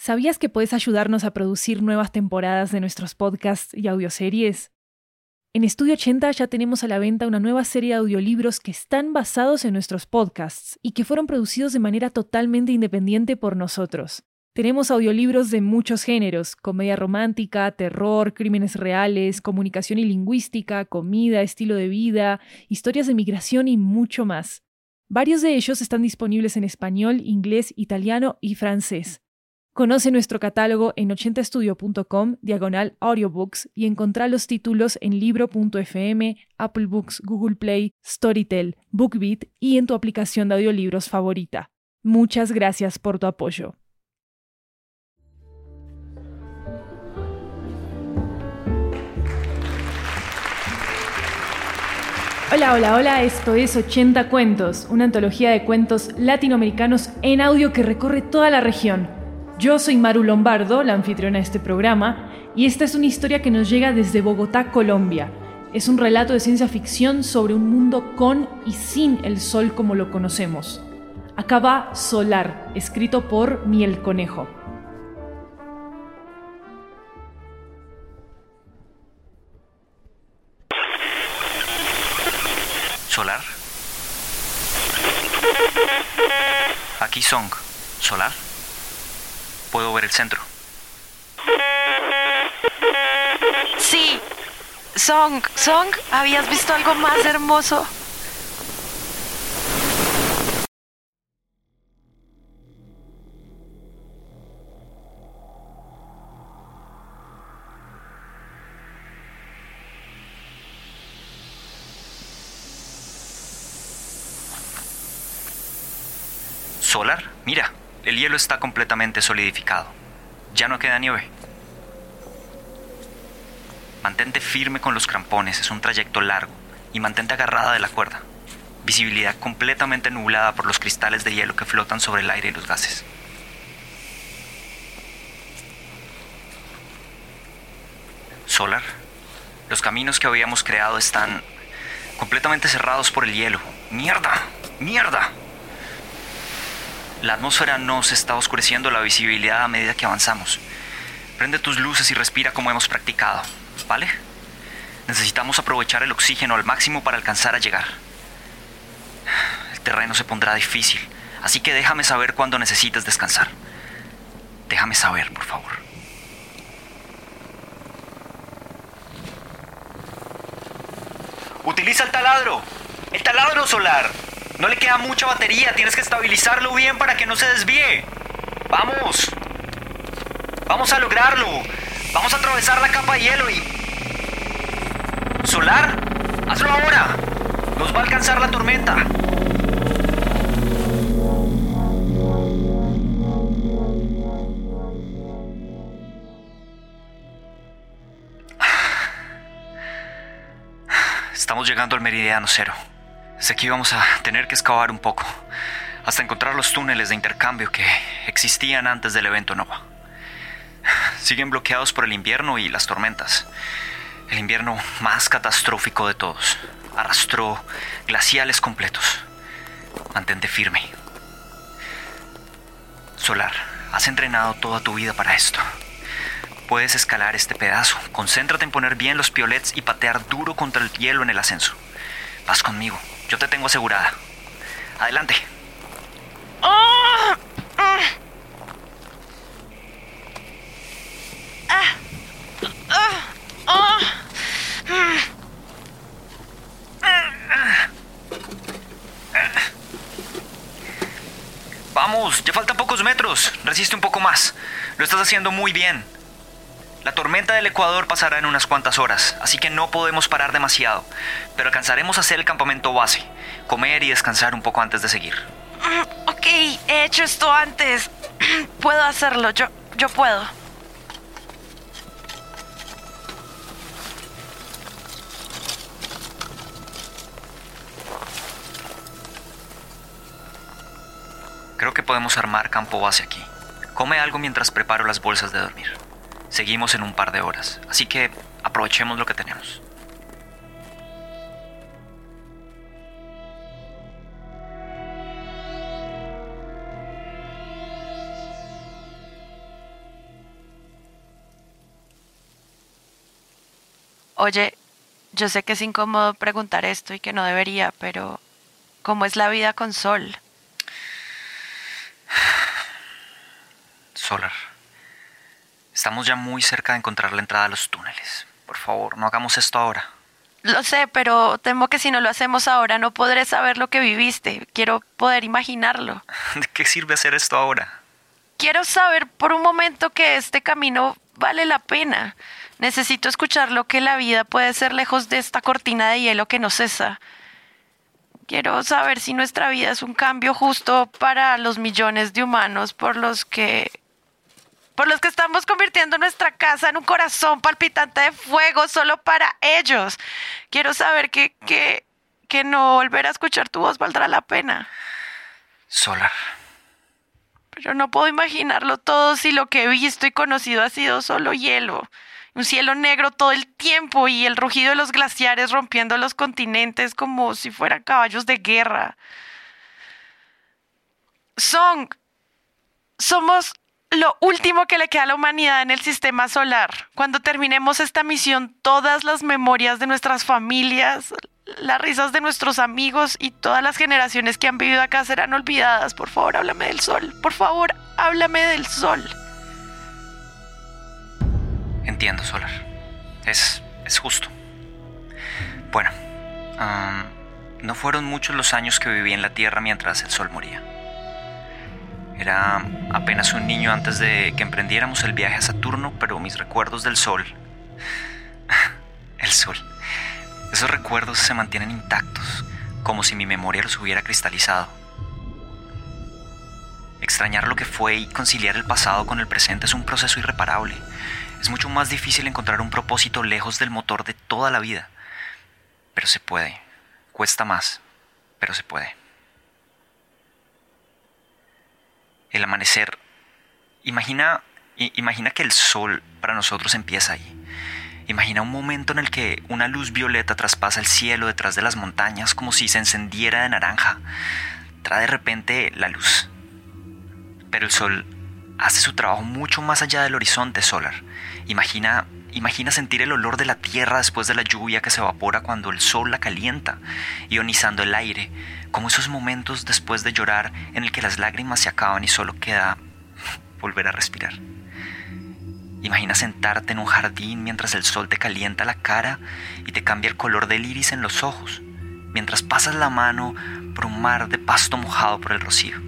¿Sabías que puedes ayudarnos a producir nuevas temporadas de nuestros podcasts y audioseries? En Estudio 80 ya tenemos a la venta una nueva serie de audiolibros que están basados en nuestros podcasts y que fueron producidos de manera totalmente independiente por nosotros. Tenemos audiolibros de muchos géneros: comedia romántica, terror, crímenes reales, comunicación y lingüística, comida, estilo de vida, historias de migración y mucho más. Varios de ellos están disponibles en español, inglés, italiano y francés. Conoce nuestro catálogo en 80estudio.com/audiobooks y encontrá los títulos en libro.fm, Apple Books, Google Play, Storytel, BookBeat y en tu aplicación de audiolibros favorita. Muchas gracias por tu apoyo. Hola, esto es 80 Cuentos, una antología de cuentos latinoamericanos en audio que recorre toda la región. Yo soy Maru Lombardo, la anfitriona de este programa, y esta es una historia que nos llega desde Bogotá, Colombia. Es un relato de ciencia ficción sobre un mundo con y sin el sol como lo conocemos. Acá va Solar, escrito por Miel Conejo. ¿Solar? Aquí Song. ¿Solar? Puedo ver el centro. Sí. Song, ¿habías visto algo más hermoso? ¿Solar? Mira, el hielo está completamente solidificado. Ya no queda nieve. Mantente firme con los crampones, es un trayecto largo, y mantente agarrada de la cuerda. Visibilidad completamente nublada por los cristales de hielo que flotan sobre el aire y los gases. Solar, los caminos que habíamos creado están completamente cerrados por el hielo. ¡Mierda! La atmósfera nos está oscureciendo la visibilidad a medida que avanzamos. Prende tus luces y respira como hemos practicado, ¿vale? Necesitamos aprovechar el oxígeno al máximo para alcanzar a llegar. El terreno se pondrá difícil, así que déjame saber cuando necesites descansar. Déjame saber, por favor. ¡Utiliza el taladro! ¡El taladro solar! No le queda mucha batería, tienes que estabilizarlo bien para que no se desvíe. ¡Vamos! ¡Vamos a lograrlo! ¡Vamos a atravesar la capa de hielo y... ¿Solar? ¡Hazlo ahora! ¡Nos va a alcanzar la tormenta! Estamos llegando al meridiano cero. Sé que íbamos a tener que excavar un poco, hasta encontrar los túneles de intercambio que existían antes del evento Nova. Siguen bloqueados por el invierno y las tormentas. El invierno más catastrófico de todos. Arrastró glaciales completos. Mantente firme. Solar, has entrenado toda tu vida para esto. Puedes escalar este pedazo. Concéntrate en poner bien los piolets y patear duro contra el hielo en el ascenso. Vas conmigo. Yo te tengo asegurada. Adelante. Vamos, ya faltan pocos metros. Resiste un poco más. Lo estás haciendo muy bien. La tormenta del Ecuador pasará en unas cuantas horas, así que no podemos parar demasiado. Pero alcanzaremos a hacer el campamento base, comer y descansar un poco antes de seguir. Ok, he hecho esto antes. Puedo hacerlo, yo puedo. Creo que podemos armar campo base aquí. Come algo mientras preparo las bolsas de dormir. Seguimos en un par de horas, así que aprovechemos lo que tenemos. Oye, yo sé que es incómodo preguntar esto y que no debería, pero ¿cómo es la vida con Sol? Solar, estamos ya muy cerca de encontrar la entrada a los túneles. Por favor, no hagamos esto ahora. Lo sé, pero temo que si no lo hacemos ahora no podré saber lo que viviste. Quiero poder imaginarlo. ¿De qué sirve hacer esto ahora? Quiero saber por un momento que este camino vale la pena. Necesito escuchar lo que la vida puede ser lejos de esta cortina de hielo que no cesa. Quiero saber si nuestra vida es un cambio justo para los millones de humanos por los que estamos convirtiendo nuestra casa en un corazón palpitante de fuego solo para ellos. Quiero saber que no volver a escuchar tu voz valdrá la pena. Solar, Pero no puedo imaginarlo todo si lo que he visto y conocido ha sido solo hielo. Un cielo negro todo el tiempo y el rugido de los glaciares rompiendo los continentes como si fueran caballos de guerra. Somos lo último que le queda a la humanidad en el sistema solar. Cuando terminemos esta misión, todas las memorias de nuestras familias, las risas de nuestros amigos y todas las generaciones que han vivido acá serán olvidadas. Por favor, háblame del sol. Por favor, háblame del sol. entiendo, Solar. Es justo. Bueno, no fueron muchos los años que viví en la Tierra mientras el sol moría. Era apenas un niño antes de que emprendiéramos el viaje a Saturno, pero mis recuerdos del sol... el sol... Esos recuerdos se mantienen intactos, como si mi memoria los hubiera cristalizado. Extrañar lo que fue y conciliar el pasado con el presente es un proceso irreparable. Es mucho más difícil encontrar un propósito lejos del motor de toda la vida. Pero se puede. Cuesta más, pero se puede. El amanecer. Imagina que el sol para nosotros empieza ahí. Imagina un momento en el que una luz violeta traspasa el cielo detrás de las montañas como si se encendiera de naranja. Trae de repente la luz. Pero el sol hace su trabajo mucho más allá del horizonte solar. Imagina sentir el olor de la tierra después de la lluvia que se evapora cuando el sol la calienta, ionizando el aire, como esos momentos después de llorar en el que las lágrimas se acaban y solo queda volver a respirar. Imagina sentarte en un jardín mientras el sol te calienta la cara y te cambia el color del iris en los ojos, mientras pasas la mano por un mar de pasto mojado por el rocío.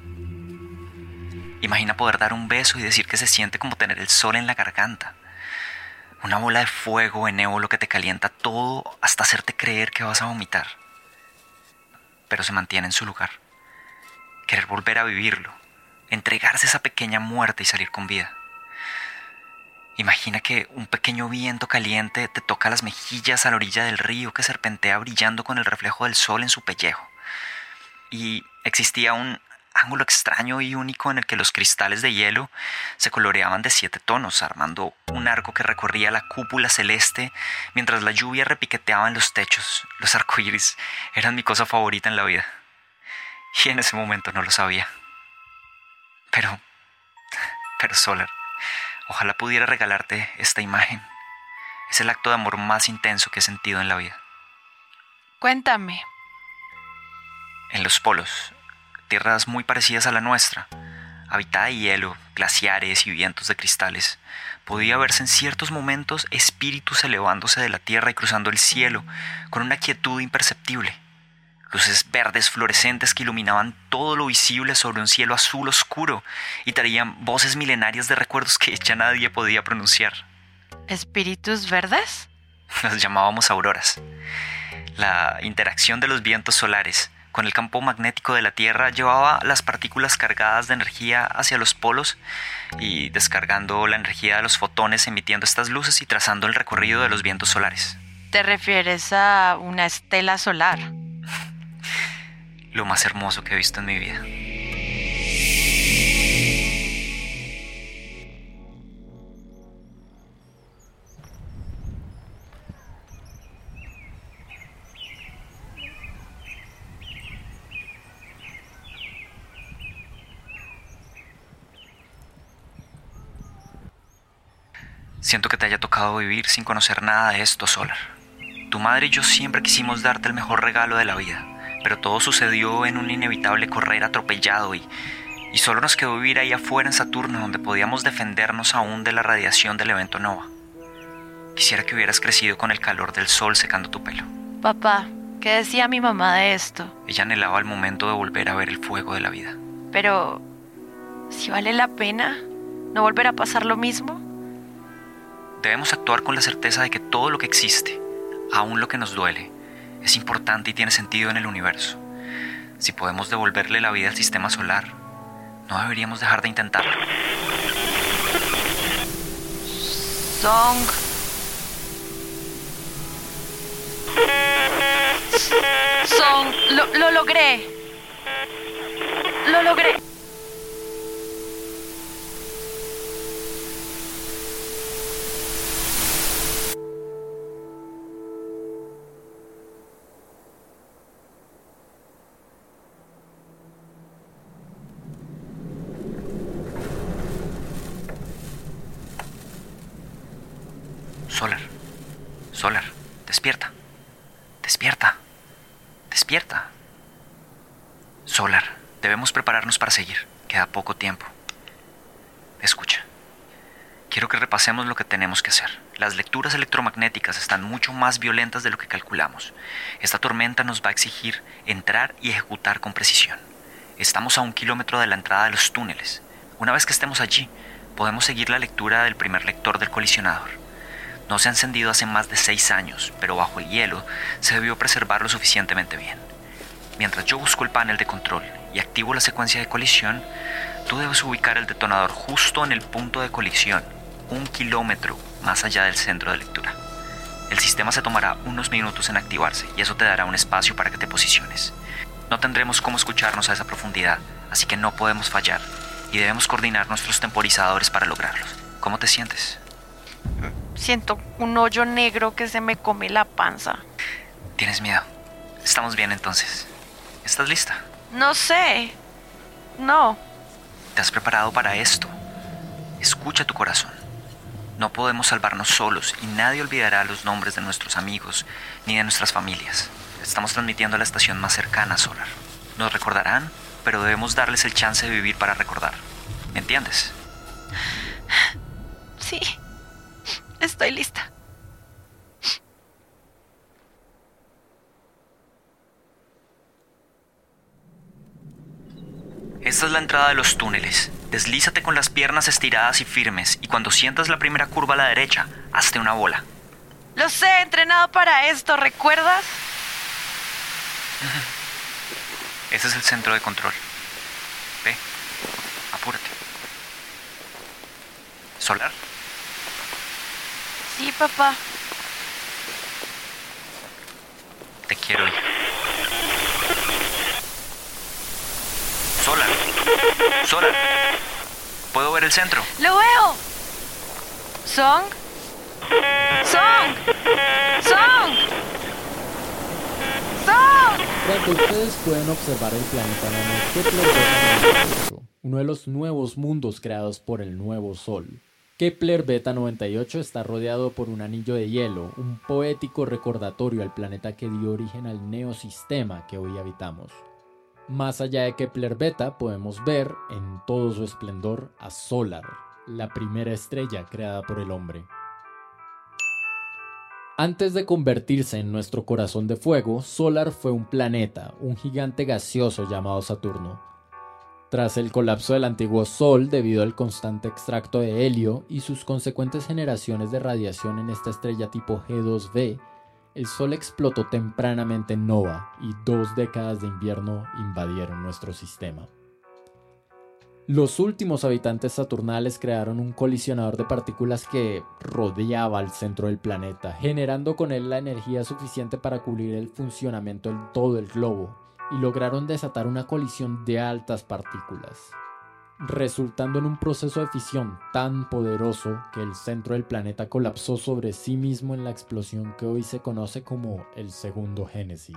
Imagina poder dar un beso y decir que se siente como tener el sol en la garganta. Una bola de fuego benévolo que te calienta todo hasta hacerte creer que vas a vomitar. Pero se mantiene en su lugar. Querer volver a vivirlo, entregarse a esa pequeña muerte y salir con vida. Imagina que un pequeño viento caliente te toca las mejillas a la orilla del río que serpentea brillando con el reflejo del sol en su pellejo. Y existía un ángulo extraño y único en el que los cristales de hielo se coloreaban de 7 tonos, armando un arco que recorría la cúpula celeste mientras la lluvia repiqueteaba en los techos. Los arcoíris eran mi cosa favorita en la vida. Y en ese momento no lo sabía. Pero Solar, ojalá pudiera regalarte esta imagen. Es el acto de amor más intenso que he sentido en la vida. Cuéntame. En los polos, tierras muy parecidas a la nuestra, habitada de hielo, glaciares y vientos de cristales, podía verse en ciertos momentos espíritus elevándose de la tierra y cruzando el cielo con una quietud imperceptible. Luces verdes fluorescentes que iluminaban todo lo visible sobre un cielo azul oscuro y traían voces milenarias de recuerdos que ya nadie podía pronunciar. ¿Espíritus verdes? Las llamábamos auroras. La interacción de los vientos solares con el campo magnético de la Tierra llevaba las partículas cargadas de energía hacia los polos y descargando la energía de los fotones emitiendo estas luces y trazando el recorrido de los vientos solares. ¿Te refieres a una estela solar? Lo más hermoso que he visto en mi vida. Siento que te haya tocado vivir sin conocer nada de esto, Solar. Tu madre y yo siempre quisimos darte el mejor regalo de la vida, pero todo sucedió en un inevitable correr atropellado y solo nos quedó vivir ahí afuera en Saturno, donde podíamos defendernos aún de la radiación del evento Nova. Quisiera que hubieras crecido con el calor del sol secando tu pelo. Papá, ¿qué decía mi mamá de esto? Ella anhelaba el momento de volver a ver el fuego de la vida. Pero, ¿si vale la pena? ¿No volverá a pasar lo mismo? Debemos actuar con la certeza de que todo lo que existe, aún lo que nos duele, es importante y tiene sentido en el universo. Si podemos devolverle la vida al sistema solar, no deberíamos dejar de intentarlo. Song. Song, lo logré. Lo logré. Solar, despierta. Despierta. Despierta. Solar, debemos prepararnos para seguir. Queda poco tiempo. Escucha. Quiero que repasemos lo que tenemos que hacer. Las lecturas electromagnéticas están mucho más violentas de lo que calculamos. Esta tormenta nos va a exigir entrar y ejecutar con precisión. Estamos a 1 kilómetro de la entrada de los túneles. Una vez que estemos allí, podemos seguir la lectura del primer lector del colisionador. No se ha encendido hace más de 6 años, pero bajo el hielo se debió preservar lo suficientemente bien. Mientras yo busco el panel de control y activo la secuencia de colisión, tú debes ubicar el detonador justo en el punto de colisión, 1 kilómetro más allá del centro de lectura. El sistema se tomará unos minutos en activarse y eso te dará un espacio para que te posiciones. No tendremos cómo escucharnos a esa profundidad, así que no podemos fallar y debemos coordinar nuestros temporizadores para lograrlos. ¿Cómo te sientes? Siento un hoyo negro que se me come la panza. ¿Tienes miedo? Estamos bien entonces. ¿Estás lista? No sé. No. ¿Te has preparado para esto? Escucha tu corazón. No podemos salvarnos solos y nadie olvidará los nombres de nuestros amigos ni de nuestras familias. Estamos transmitiendo a la estación más cercana, Solar. Nos recordarán, pero debemos darles el chance de vivir para recordar. ¿Me entiendes? Sí. Estoy lista. Esta es la entrada de los túneles. Deslízate con las piernas estiradas y firmes y cuando sientas la primera curva a la derecha, hazte una bola. Lo sé, he entrenado para esto, ¿recuerdas? Ese es el centro de control. Ve, apúrate. Solar. Sí, papá. Te quiero, hija. Solar. Solar. ¿Puedo ver el centro? ¡Lo veo! ¿Song? ¡Song! ¡Song! ¡Song! Cuando ustedes pueden observar el planeta enano Kepler-Beta 98, uno de los nuevos mundos creados por el nuevo Sol. Kepler-Beta 98 está rodeado por un anillo de hielo, un poético recordatorio al planeta que dio origen al neosistema que hoy habitamos. Más allá de Kepler-Beta podemos ver, en todo su esplendor, a Solar, la primera estrella creada por el hombre. Antes de convertirse en nuestro corazón de fuego, Solar fue un planeta, un gigante gaseoso llamado Saturno. Tras el colapso del antiguo Sol debido al constante extracto de helio y sus consecuentes generaciones de radiación en esta estrella tipo G2b, el Sol explotó tempranamente en nova y 2 décadas de invierno invadieron nuestro sistema. Los últimos habitantes saturnales crearon un colisionador de partículas que rodeaba el centro del planeta, generando con él la energía suficiente para cubrir el funcionamiento de todo el globo, y lograron desatar una colisión de altas partículas, resultando en un proceso de fisión tan poderoso que el centro del planeta colapsó sobre sí mismo en la explosión que hoy se conoce como el Segundo Génesis.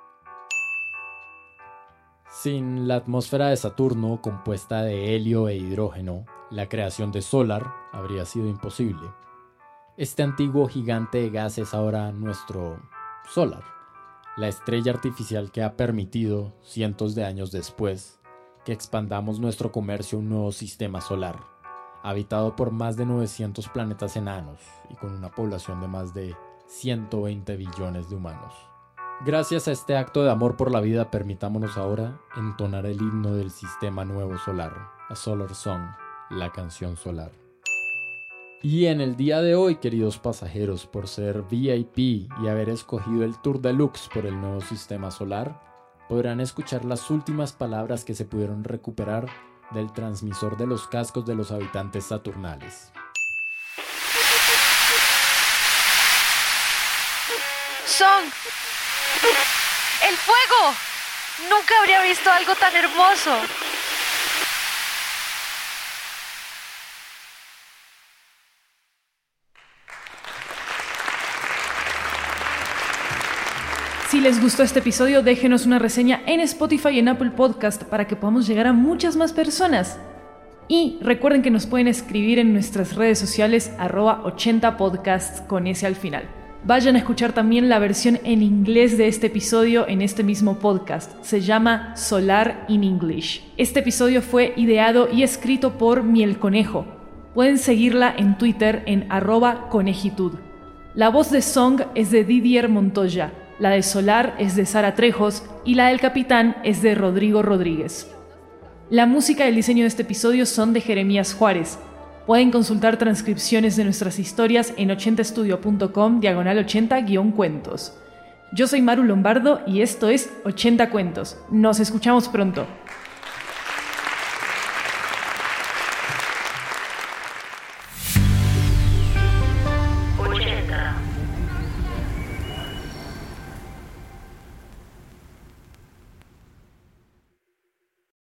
Sin la atmósfera de Saturno, compuesta de helio e hidrógeno, la creación de Solar habría sido imposible. Este antiguo gigante de gas es ahora nuestro Solar, la estrella artificial que ha permitido, cientos de años después, que expandamos nuestro comercio a un nuevo sistema solar, habitado por más de 900 planetas enanos y con una población de más de 120 billones de humanos. Gracias a este acto de amor por la vida, permitámonos ahora entonar el himno del sistema nuevo solar, A Solar Song, la canción solar. Y en el día de hoy, queridos pasajeros, por ser VIP y haber escogido el Tour Deluxe por el nuevo sistema solar, podrán escuchar las últimas palabras que se pudieron recuperar del transmisor de los cascos de los habitantes saturnales. Song. ¡El fuego! Nunca habría visto algo tan hermoso. Si les gustó este episodio, déjenos una reseña en Spotify y en Apple Podcast para que podamos llegar a muchas más personas. Y recuerden que nos pueden escribir en nuestras redes sociales @80podcasts con ese al final. Vayan a escuchar también la versión en inglés de este episodio en este mismo podcast. Se llama Solar in English. Este episodio fue ideado y escrito por Miel Conejo. Pueden seguirla en Twitter en @conejitud. La voz de Song es de Didier Montoya. La de Solar es de Sara Trejos y la del Capitán es de Rodrigo Rodríguez. La música y el diseño de este episodio son de Jeremías Juárez. Pueden consultar transcripciones de nuestras historias en 80estudio.com/80-cuentos. Yo soy Maru Lombardo y esto es 80 Cuentos. Nos escuchamos pronto.